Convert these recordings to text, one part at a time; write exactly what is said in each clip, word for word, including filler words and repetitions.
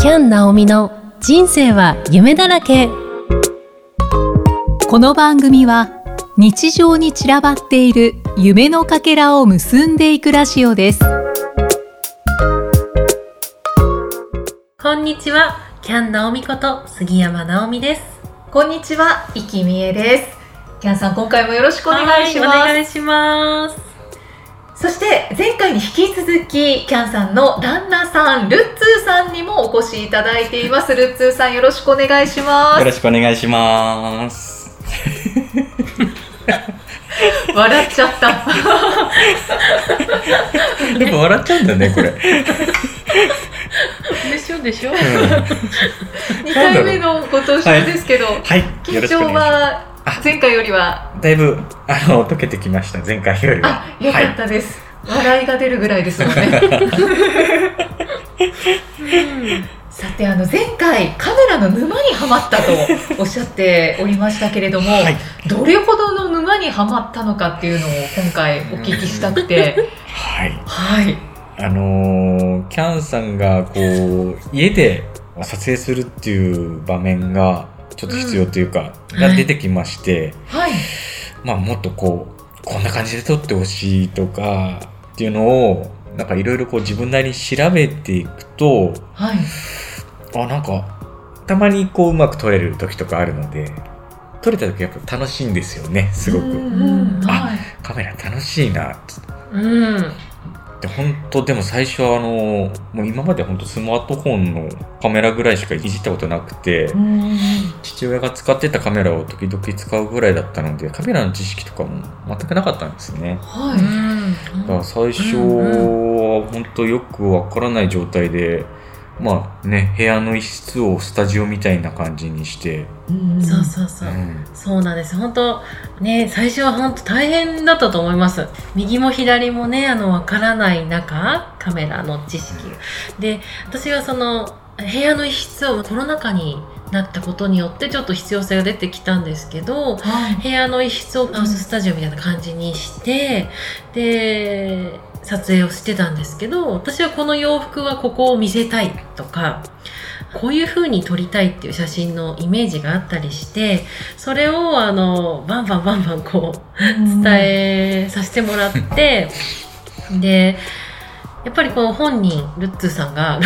キャン・ナオミの人生は夢だらけ。 この番組は日常に散らばっている夢のかけらを結んでいくラジオです。 こんにちは、キャン・ナオミこと杉山直美です。 こんにちは、生きみえです。キャンさん、今回もよろしくお願いします。 はい、お願いします。 そして前回に引き続きキャンさんの旦那さんルッツーさんにもお越しいただいています。ルッツーさん、よろしくお願いします。 よろしくお願いします笑っちゃったやっぱ笑っちゃうんだねこれでしょでしょ、うん、 にかいめのご登場ですけど、はいはい、緊張は前回よりはだいぶあの解けてきました。前回よりは。 あ、よかったです、はい、笑いが出るぐらいですもんね、うん、さて、あの前回カメラの沼にはまったとおっしゃっておりましたけれども、はい、どれほどの沼にはまったのかっていうのを今回お聞きしたくてはい、 はい、あのー、キャンさんがこう家で撮影するっていう場面がちょっと必要というか、うん、が出てきまして、はいはい、まあもっとこうこんな感じで撮ってほしいとかっていうのをなんかいろいろこう自分なりに調べていくと、はい、あ、なんかたまにこううまく撮れる時とかあるので、撮れた時やっぱ楽しいんですよね、すごく。うん、あ、はい、カメラ楽しいなって。うんで本当でも最初はあのもう今まで本当スマートフォンのカメラぐらいしかいじったことなくて、うん父親が使ってたカメラを時々使うぐらいだったのでカメラの知識とかも全くなかったんですね、はい、だから最初は本当よくわからない状態で、まあね、部屋の一室をスタジオみたいな感じにして、 うん、そうそうそう、うん、そうなんです。本当ね、最初は本当大変だったと思います。右も左もね、あのわからない中、カメラの知識で、私はその部屋の一室をコロナ禍になったことによってちょっと必要性が出てきたんですけど、はい、部屋の一室をハウススタジオみたいな感じにして、で撮影をしてたんですけど、私はこの洋服はここを見せたいとか、こういう風に撮りたいっていう写真のイメージがあったりして、それをあのバンバンバンバンこう伝えさせてもらってでやっぱりこの本人ルッツーさんがあ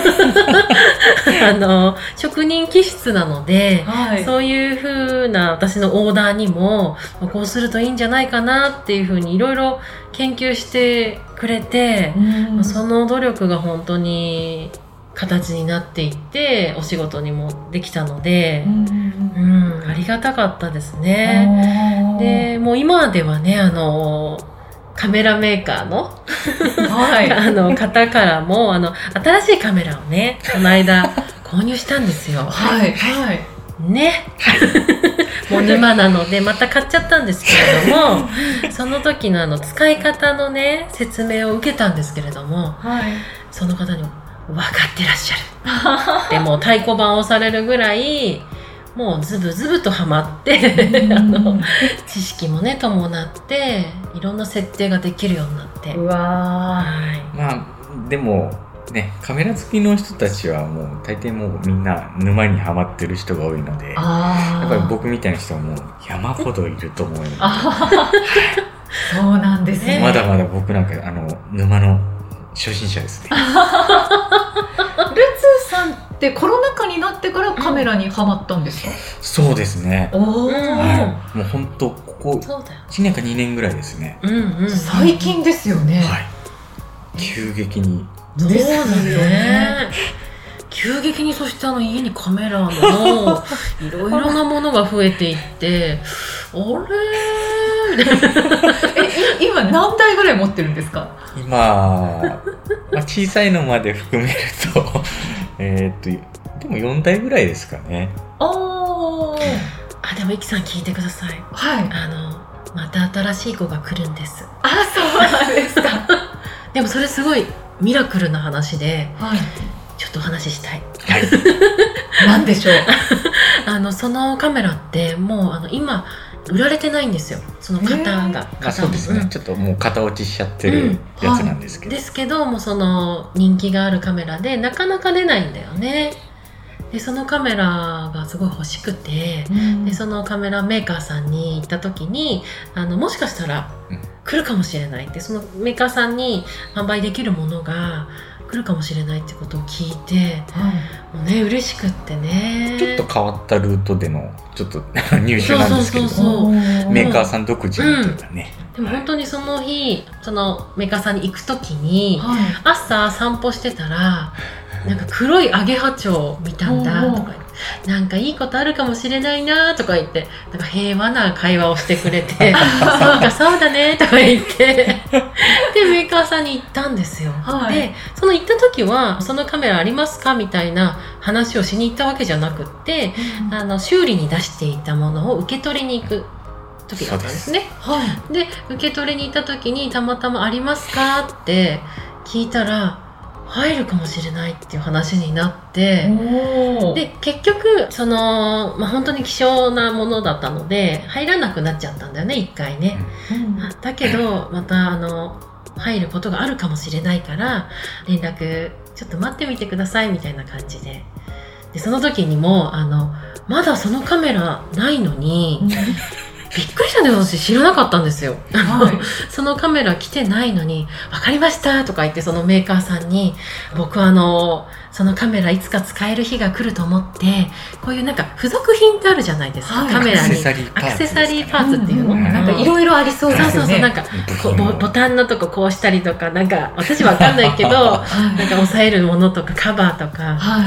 の職人気質なので、はい、そういう風な私のオーダーにもこうするといいんじゃないかなっていう風にいろいろ研究してくれて、うん、その努力が本当に形になっていってお仕事にもできたので、うんうん、ありがたかったですね。でもう今ではね、あのカメラメーカーの、はい、あの方からもあの新しいカメラをねこの間購入したんですよ。はいはいねもう沼なのでまた買っちゃったんですけれどもその時のあの使い方のね説明を受けたんですけれども、はい、その方にも分かってらっしゃるでも太鼓判を押されるぐらいもうズブズブとハマってあの知識もね伴っていろんな設定ができるようになって、うわ、 はい、まあでもね、カメラ好きの人たちはもう大抵もうみんな沼にはまってる人が多いので、あ、やっぱり僕みたいな人はもう山ほどいると思うのでそうなんですね。 まだまだ僕なんかあの沼の初心者ですねルツーさんってコロナ禍になってからカメラにハマったんですか？うん、 そうですね。お、はい、もう本当ここいちねんかにねんぐらいですね。うんうん、最近ですよね。 はい、急激にそうなんですね。急激に、そしてあの家にカメラのいろいろなものが増えていってあれえ今何台ぐらい持ってるんですか？ 今、まあ、小さいのまで含めるとえっとでもよんだいぐらいですかね。 おあ、でもイキさん聞いてください。はい、あのまた新しい子が来るんです。 あ、そうなんですかでもそれすごいミラクルな話で、はい、ちょっとお話ししたい。はい、 何でしょうあのそのカメラってもうあの今売られてないんですよ、その型が。 あ、そうですね、うん、ちょっともう型落ちしちゃってるやつなんですけど、 うん、はい、ですけどもその人気があるカメラでなかなか出ないんだよね。でそのカメラがすごい欲しくて、うん、でそのカメラメーカーさんに行った時にあのもしかしたら来るかもしれないって、そのメーカーさんに販売できるものが来るかもしれないってことを聞いて、はい、もうね嬉しくってね。 ちょっと変わったルートでのちょっと入手なんですけど、そうそうそうそう、メーカーさん独自のというかね、 うん、でも本当にその日そのメーカーさんに行く時に、はい、朝散歩してたらなんか黒いアゲハチョウ見たんだとか言って、なんかいいことあるかもしれないなとか言って、なんか平和な会話をしてくれてそうかそうだねとか言ってでメーカーさんに行ったんですよ、はい、でその行った時はそのカメラありますかみたいな話をしに行ったわけじゃなくって、うん、あの修理に出していたものを受け取りに行く時だったんですね。はい、で受け取りに行った時にたまたまありますかって聞いたら入るかもしれないっていう話になって、で結局その、まあ、本当に希少なものだったので入らなくなっちゃったんだよね、一回ね、うん、だけどまたあの入ることがあるかもしれないから連絡ちょっと待ってみてくださいみたいな感じで、でその時にもあのまだそのカメラないのにびっくりしたんで、私知らなかったんですよ、はい、そのカメラ来てないのに分かりましたとか言って、そのメーカーさんに僕はあのそのカメラいつか使える日が来ると思って、こういうなんか付属品ってあるじゃないですか、はい、カメラにアクセサリーパーツっていうの、うんうん、 なんかいろいろありそうですよね。 そうそうそう、なんかこう ボ, ボタンのとここうしたりとか、なんか私わかんないけどなんか押さえるものとかカバーとか、はい、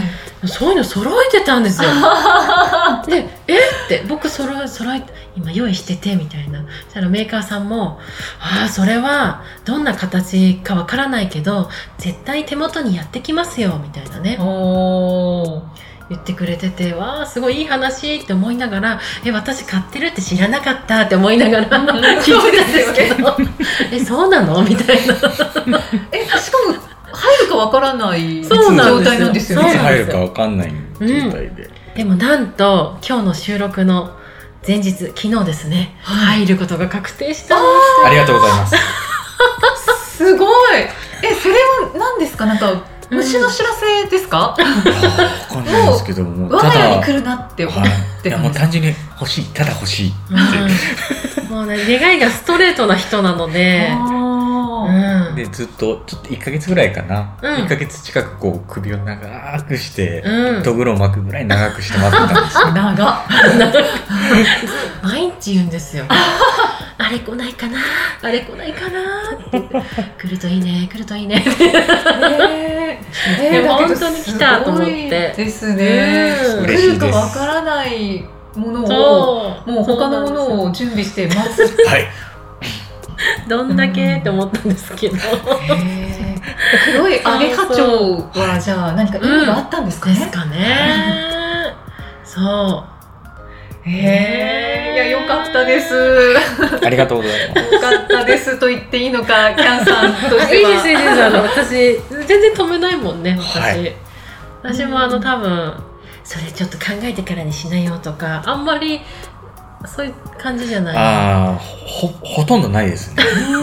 そういうの揃えてたんですよでえって僕揃え揃え今用意しててみたいな、そしたらメーカーさんもああそれはどんな形かわからないけど絶対手元にやってきますよみたいなね、お言ってくれてて、わあすごいいい話って思いながら、え私買ってるって知らなかったって思いながら聞いてたんですけどえそうなのみたいなえしかも入るかわからない状態なんですよね。 入るかわかんない状態で、うん、 でもなんと今日の収録の前日昨日ですね、はい、入ることが確定したんです。 ありがとうございますすごい。えそれは何ですか、なんか虫の知らせですか？ うん、いやわかんないですけども、 我が家に来るなって思ってたんです。 いやもう単純に欲しい、ただ欲しいって、 うん、もうね願いがストレートな人なのでうん、でずっとちょっといっかげつぐらいかな、うん、いっかげつ近くこう首を長くして、うん、とぐろを巻くぐらい長くして待ってたんですよ長毎日言うんですよあれ来ないかなあれ来ないかなって来るといいね来るといいねえー、でも本当に来たと思ってですね、うん、来るかわからないものをもう他のものを準備して待つはいどんだけって思ったんですけど、 へ黒いアゲハチョウはじゃあ何か意味があったんですかね、 うん、ですかねそうへえ、いや良かったですありがとうございます良かったですと言っていいのかキャンさんとしてはいいですいいですあの私全然止めないもんね私、はい、私もあの多分それちょっと考えてからにしなよとかあんまりそういう感じじゃない。 ああ、ほ、ほとんどないですね。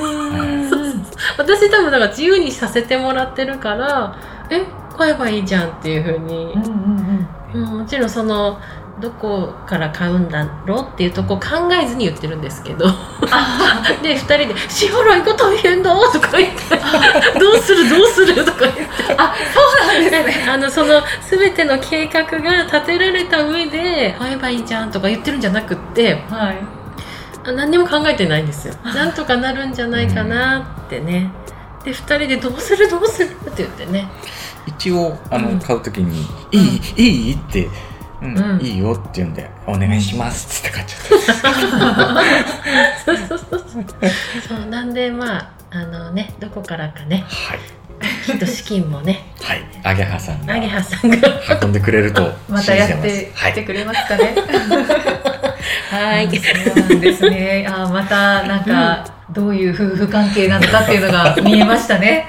私多分だから自由にさせてもらってるから、え、買えばいいじゃんっていう風に、うんうんうん、もちろんそのどこから買うんだろうっていうとこ考えずに言ってるんですけどでふたりで支払いが大変だとか言ってどうするどうするとか言ってあ、そうなんですね。 あのその全ての計画が立てられた上で買えばいいじゃんとか言ってるんじゃなくって、はい、何にも考えてないんですよ。なんとかなるんじゃないかなってね。でふたりでどうするどうするって言ってね、 一応あの、うん、買うときにいい、うん、いいってうんうん、いいよって言うんでお願いしますって買っちゃったそうそうそうそうなんでまああのねどこからかね、はい、きっと資金もねはいアゲハさんがアゲハさんが運んでくれるとまたやってきてくれますかねはい、はい、 そうなんですね。あまたなんか、うん、どういう夫婦関係なのかっていうのが見えましたね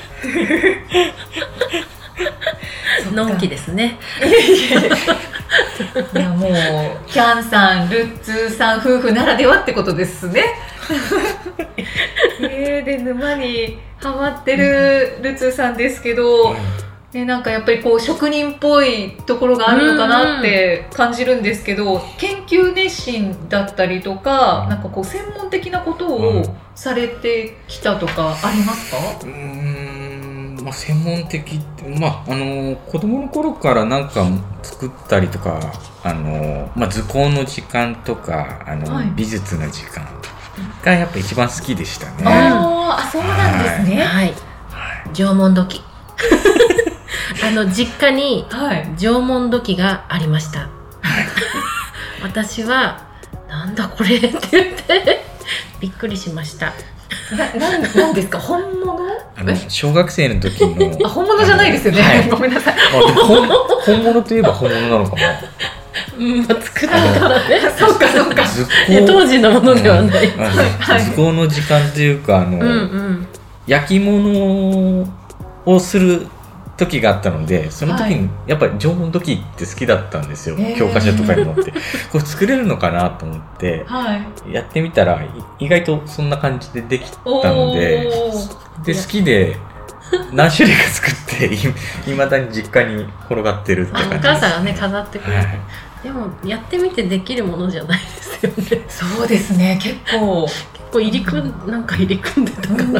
のんきですねいやもうキャンさんルッツーさん夫婦ならではってことですね。えー、で沼にハマってるルッツーさんですけど、ね、なんかやっぱりこう職人っぽいところがあるのかなって感じるんですけど、研究熱心だったりとか、なんかこう専門的なことをされてきたとかありますか？ うーん、まあ、専門的って、まあ、あの子供の頃からなんか作ったりとか、あの、まあ、図工の時間とかあの、はい、美術の時間がやっぱ一番好きでしたね。 ああ、そうなんですね。 はい、はい、縄文土器あの実家に縄文土器がありました、はい、私はなんだこれって言ってびっくりしました。 な、な、なんですか？本物？ あの小学生の時のあ、本物じゃないですよね、はい、ごめんなさい。 本, 本物といえば本物なのかな。 うん、まあ、作ったからね。 そうかそうか。 当時のものではない。 はい、図工の時間というか、あの、うんうん、焼き物をする時があったので、その時にやっぱり縄文土器って好きだったんですよ、はい、教科書とかに載って、これ作れるのかなと思って、はい、やってみたら意外とそんな感じでできたので、で好きで何種類か作っていまだに実家に転がってるって感じです。 お母さんがね飾ってくれて、はい、でもやってみてできるものじゃないですよね。 そうですね、結構結構入り組ん、うん、なんか入り組んでたから、うん、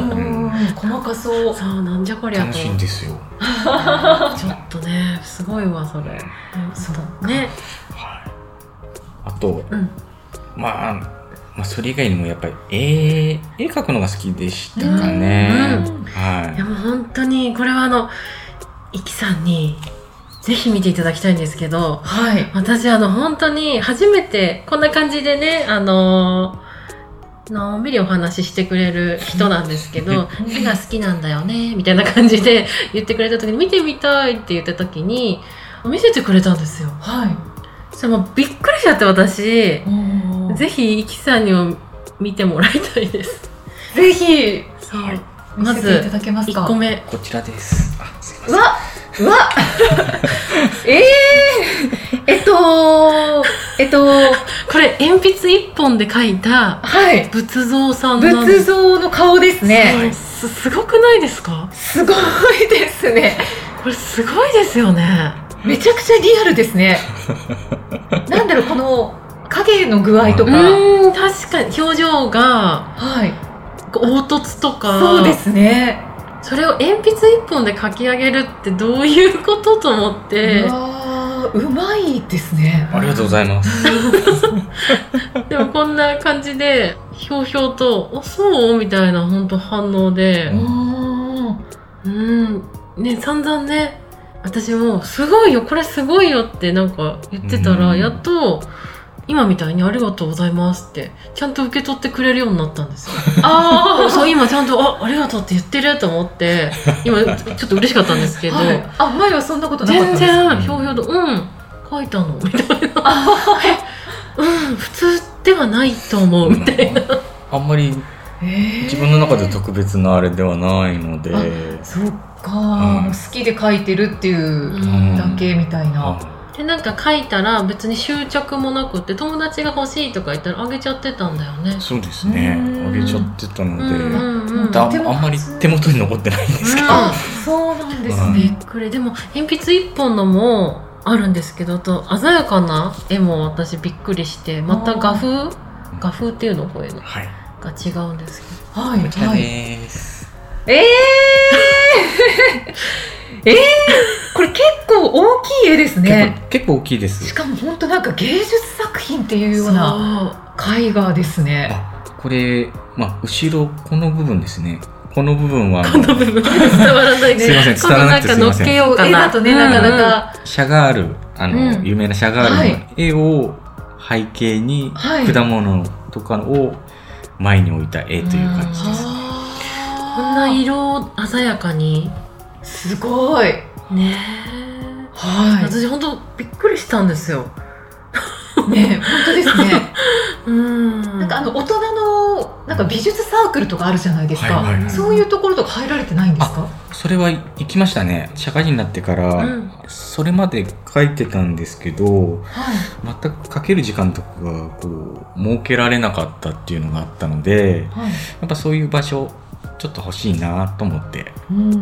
細かそう。 そう、なんじゃこりゃと。 楽しいんですよ。ちょっとね、すごいわそれ。そうね。 はい。あと、うん、まあ、まあそれ以外にもやっぱり絵絵描くのが好きでしたかね。うんうん、はい。 でも本当にこれはあのイキさんにぜひ見ていただきたいんですけど、はい、私あの本当に初めてこんな感じでね、あののんびりお話ししてくれる人なんですけど、絵が好きなんだよねみたいな感じで言ってくれた時に、見てみたいって言った時に見せてくれたんですよ。はい。それもびっくりしちゃって、私ぜひイキさんにも見てもらいたいです。 ぜひ。 そう、 はい、まずいただけますか？ いっこめこちらです。あ、すいません。 うわうわえー、えっとえっとこれ鉛筆一本で描いた仏像さんなん、 仏像の顔ですね。 す, すごくないですか？ すごいですね。 これすごいですよね。 めちゃくちゃリアルですね。なんだろう、この影の具合とか、 うん、確かに表情が、はい、凹凸とか、 そうですね。 それを鉛筆一本で描き上げるってどういうことと思って。 うわー、うまいですね。 ありがとうございます。 でもこんな感じでひょうひょうと「あ、そう?」みたいな本当反応で、うん、ね、散々ね、私もすごいよ、これすごいよってなんか言ってたら、やっと今みたいにありがとうございますってちゃんと受け取ってくれるようになったんですよ。ああ、そう、今ちゃんと あ, ありがとうって言ってると思って今ちょっと嬉しかったんですけど、はい、 あ、前はそんなことなかったんですか？ 全然ひょうひょうと、うん書いたのみたいな。うん、普通ではないと思うみたいな。 あんまり自分の中で特別なあれではないので、 そっか、うん、好きで書いてるっていうだけみたいな、 うん、でなんか書いたら別に執着もなくて、友達が欲しいとか言ったらあげちゃってたんだよね。 そうですね、あげちゃってたので、うんうんうん、あ, あんまり手元に残ってないんですけど、うん、 あ、そうなんですね、 びっくり。でも鉛筆一本のもあるんですけど、と鮮やかな絵も私びっくりして、また画風画風っていうのこういうの、はい、が違うんですけど、 はい、こちらです、 はい、えーえー、これ結構大きい絵ですね。 結構、結構大きいです。 しかも本当なんか芸術作品っていうような絵画ですね。 あ、これ、まあ、後ろこの部分ですね。この部分はこの部分伝わらないね。 すいません、伝わらなくてすいません。 乗っけようかな。 絵だとね、うんうん、なかなかシャガール、あの、うん、有名なシャガールの絵を背景に、はい、果物とかを前に置いた絵という感じです。 こんな色鮮やかに、 すごいねえ、はい、私本当びっくりしたんですよ。 ね、本当ですね。 うん、 なんかあの大人のなんか美術サークルとかあるじゃないですか、 はいはいはい、 そういうところとか入られてないんですか？ それは行きましたね。社会人になってから、うん、それまで書いてたんですけど、はい、全く書ける時間とかがこう設けられなかったっていうのがあったので、はい、やっぱそういう場所ちょっと欲しいなと思って、うんうんうん、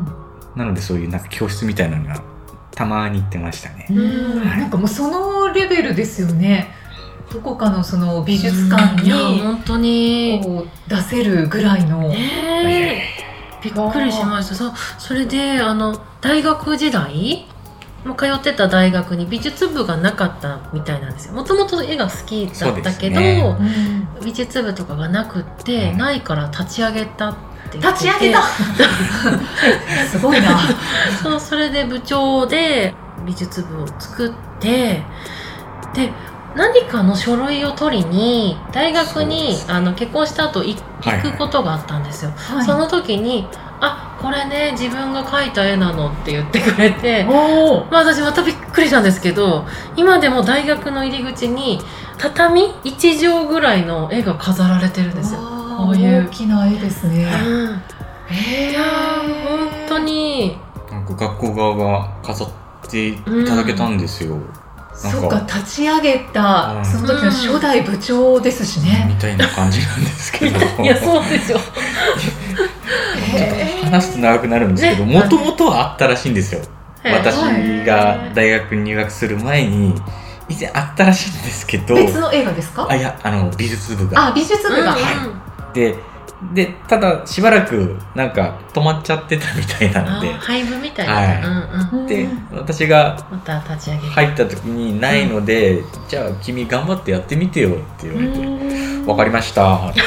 なのでそういうなんか教室みたいなのがたまに行ってましたね。 うん、はい、なんかもうそのレベルですよね。どこかのその美術館に本当にこう出せるぐらいの、 ね、びっくりしました。 そ, それであの大学時代も通ってた大学に美術部がなかったみたいなんですよ。もともと絵が好きだったけど、ね、うん、美術部とかがなくって、うん、ないから立ち上げたって言って立ち上げたすごいな。 そう、それで部長で美術部を作って、で何かの書類を取りに大学にあの結婚した後行くことがあったんですよ、はいはい、その時にあ、これね自分が描いた絵なのって言ってくれて、まあ、私またびっくりしたんですけど、今でも大学の入り口に畳いち畳ぐらいの絵が飾られてるんですよ。こういう大きな絵ですね、うん、 へえ、本当になんか学校側が飾っていただけたんですよ、うん、 そうか、立ち上げた、うん、その時の初代部長ですしね、 うん、みたいな感じなんですけどいや、そうですよちょっと話すと長くなるんですけど、もともとはあったらしいんですよ。私が大学に入学する前に以前あったらしいんですけど、 別の映画ですか？ あ、いや、あの美術部が、 あ、美術部が、 はい、ででただしばらくなんか止まっちゃってたみたいなので、 廃部みたいな、 はい、うんうん、で私が入った時にないので、うん、じゃあ君頑張ってやってみてよって言われて、分かりましたって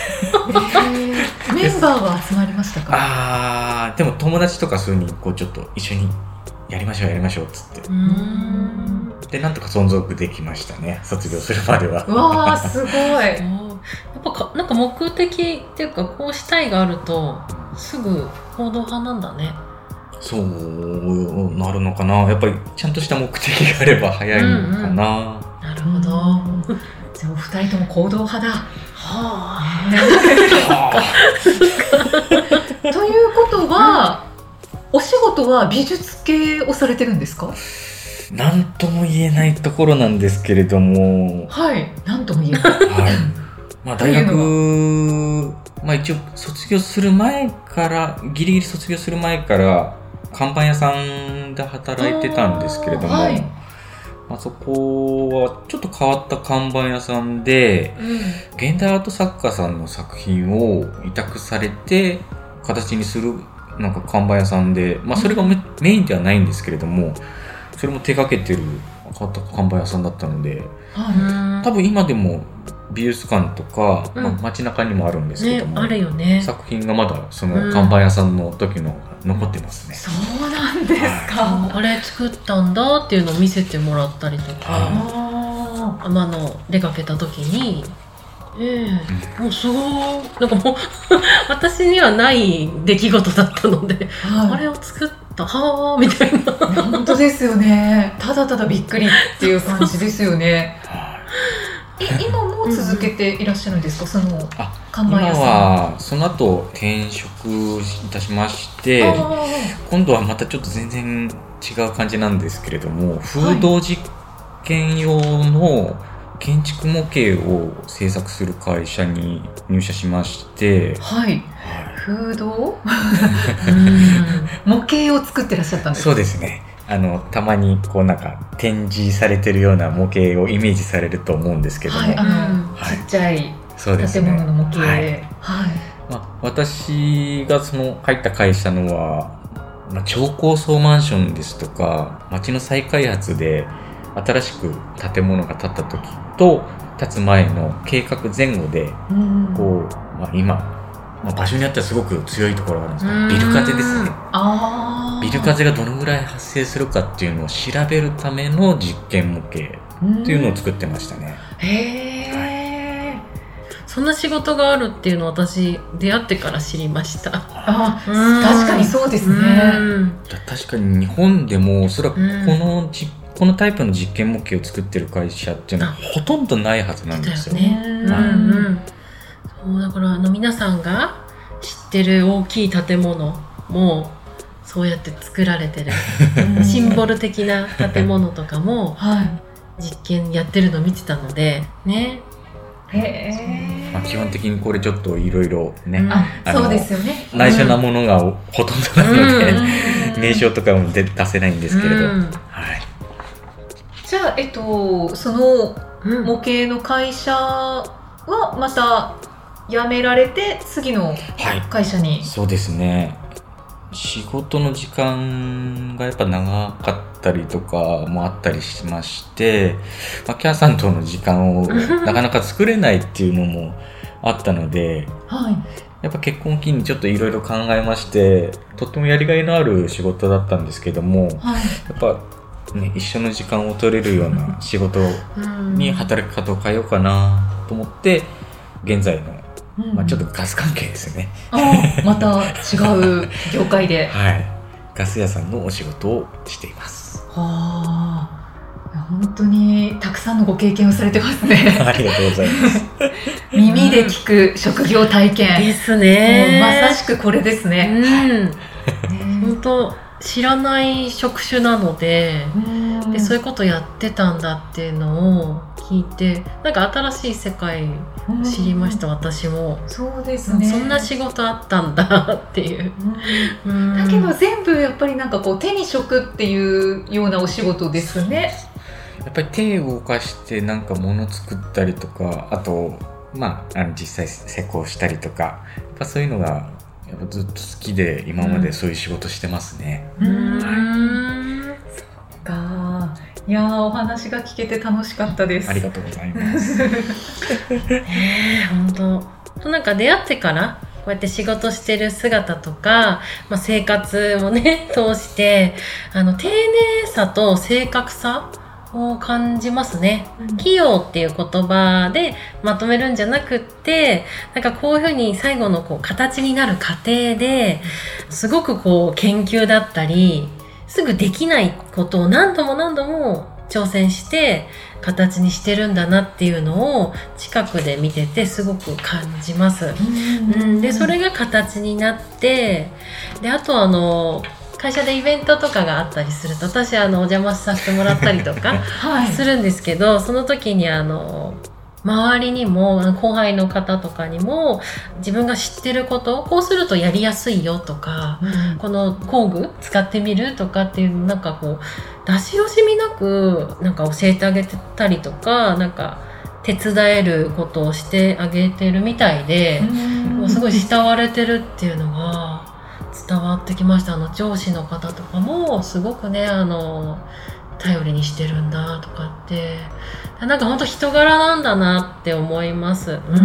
メンバーは集まりましたか？ あー、でも友達とか数人こうちょっと一緒にやりましょうやりましょうっつって、うーん、でなんとか存続できましたね、卒業するまでは。 うわー、すごいやっぱかなんか目的っていうかこうしたいがあるとすぐ行動派なんだね。 そうなるのかな、やっぱりちゃんとした目的があれば早いのかな、うんうん、 なるほど。 じゃあお二人とも行動派だ。はあということは、うん、お仕事は美術系をされてるんですか？ なんとも言えないところなんですけれども、 はい、なんとも言えない、 はい、まあ、大学、まあ、一応卒業する前からギリギリ卒業する前から看板屋さんで働いてたんですけれども、はい、まあ、そこはちょっと変わった看板屋さんで、うん、現代アート作家さんの作品を委託されて形にするなんか看板屋さんで、まあ、それが メ,、うん、メインではないんですけれども、それも手掛けてる変わった看板屋さんだったので、はい、多分今でも美術館とか、うん、まあ、街中にもあるんですけども、 ね、あるよね、 作品がまだその看板屋さんの時の残ってますね、 うん、そうなんですか、 はい、あれ作ったんだっていうのを見せてもらったりとか、ああの出かけた時に、ええ、もうすごいなんかもう私にはない出来事だったので、はい、あれを作ったはあみたいな本当ですよね、ただただびっくりっていう感じですよね今も続けていらっしゃるんですか、その看板屋さん？ 今はその後転職いたしまして、今度はまたちょっと全然違う感じなんですけれども、風土実験用の建築模型を制作する会社に入社しまして、 はい、風土模型を作ってらっしゃったんですか？ そうですね、あのたまにこうなんか展示されてるような模型をイメージされると思うんですけども、 はい、あの、はい、ちっちゃい建物の模型で、はいはい、 まあ、私がその入った会社のは、まあ、超高層マンションですとか街の再開発で新しく建物が建った時と建つ前の計画前後で、うん、こう、まあ、今、まあ、場所によってはすごく強いところがあるんですけど、ビル風ですね。あビル風がどのぐらい発生するかっていうのを調べるための実験模型っていうのを作ってましたね。 へー、はい、 そんな仕事があるっていうのを私出会ってから知りました。 あ、確かにそうですね。 確かに日本でもおそらくこの実ここのタイプの実験模型を作ってる会社っていうのはほとんどないはずなんですよ。 ね、うんうん、そうだからあの皆さんが知ってる大きい建物もそうやって作られてるシンボル的な建物とかも実験やってるのを見てたのでね。 へー、 まあ、基本的にこれちょっといろいろね、 うん、ああそうですよね、 内緒なものがほとんどなので、うん、名称とかも出せないんですけれど、うん、はい、 じゃあ、えっと、その模型の会社はまた辞められて次の会社に、 はい、そうですね、仕事の時間がやっぱ長かったりとかもあったりしまして、まあ、キャンさんとの時間をなかなか作れないっていうのもあったので、はい、やっぱ結婚を機にちょっといろいろ考えまして、とってもやりがいのある仕事だったんですけども、はい、やっぱね、一緒の時間を取れるような仕事に働き方を変えようかなと思って、現在の、うんまあ、ちょっとガス関係ですね。 あまた違う業界で、 はい、ガス屋さんのお仕事をしています。 はあ、本当にたくさんのご経験をされてますね。 ありがとうございます。 耳で聞く職業体験ですね。 まさしくこれですね。 うん、本当知らない職種なので、でそういうことやってたんだっていうのを聞いて、なんか新しい世界を知りました。私もそうですね、 そんな仕事あったんだっていう、 うん、だけど全部やっぱりなんかこう手に職っていうようなお仕事ですね。 やっぱり手を動かしてなんか物作ったりとか、あとまあ、あの実際施工したりとか、やっぱそういうのがやっぱずっと好きで今までそういう仕事してますね。 うん、はい、そっか。いやー、お話が聞けて楽しかったです。 ありがとうございます。 ね、本当なんか出会ってからこうやって仕事してる姿とか、まあ、生活もね通してあの丁寧さと正確さを感じますね、うん、器用っていう言葉でまとめるんじゃなくって、なんかこういうふうに最後のこう形になる過程ですごくこう研究だったり、すぐできないことを何度も何度も挑戦して形にしてるんだなっていうのを近くで見ててすごく感じます、うんうん、でそれが形になって、であとあの会社でイベントとかがあったりすると、私あのお邪魔させてもらったりとかするんですけど、はい、その時にあの周りにも後輩の方とかにも自分が知ってること、こうするとやりやすいよとか、うん、この工具使ってみるとかっていう、なんかこう出し惜しみなくなんか教えてあげてたりとか、なんか手伝えることをしてあげてるみたいで、うん、すごい慕われてるっていうのが伝わってきました。あの上司の方とかもすごくね、あの頼りにしてるんだとかって、なんか本当人柄なんだなって思います、うん、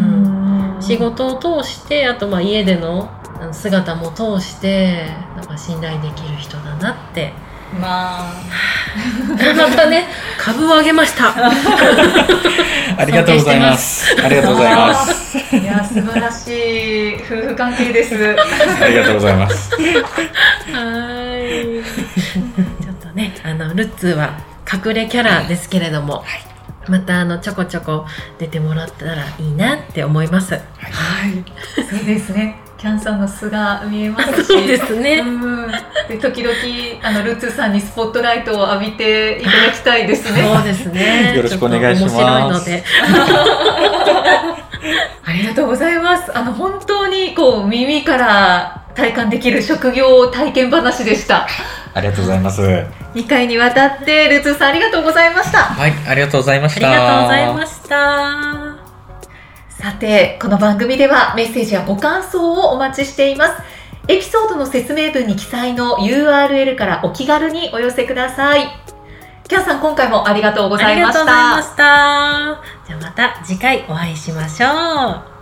仕事を通して、あとまあ家での姿も通してなんか信頼できる人だなって。 まあまたね、株を上げましたありがとうございます。ありがとうございます。 いや、素晴らしい夫婦関係です。 ありがとうございます。 はいちょっとね、あのルッツーは隠れキャラですけれども、はい、またあのちょこちょこ出てもらったらいいなって思います。はい、 はい、そうですね。キャンさんの素が見えますし、 そうですね。 うん、で時々あのルッツさんにスポットライトを浴びていただきたいですね。 そうですね。 よろしくお願いします。 面白いので。 ありがとうございます。あの本当にこう耳から体感できる職業体験話でした。 ありがとうございます。 にかいにわたってルッツさんありがとうございました。 はい、ありがとうございました。 ありがとうございました。 さて、この番組ではメッセージやご感想をお待ちしています。エピソードの説明文に記載の ユーアールエル からお気軽にお寄せください。キャンさん、今回もありがとうございました。 ありがとうございました。じゃあまた次回お会いしましょう。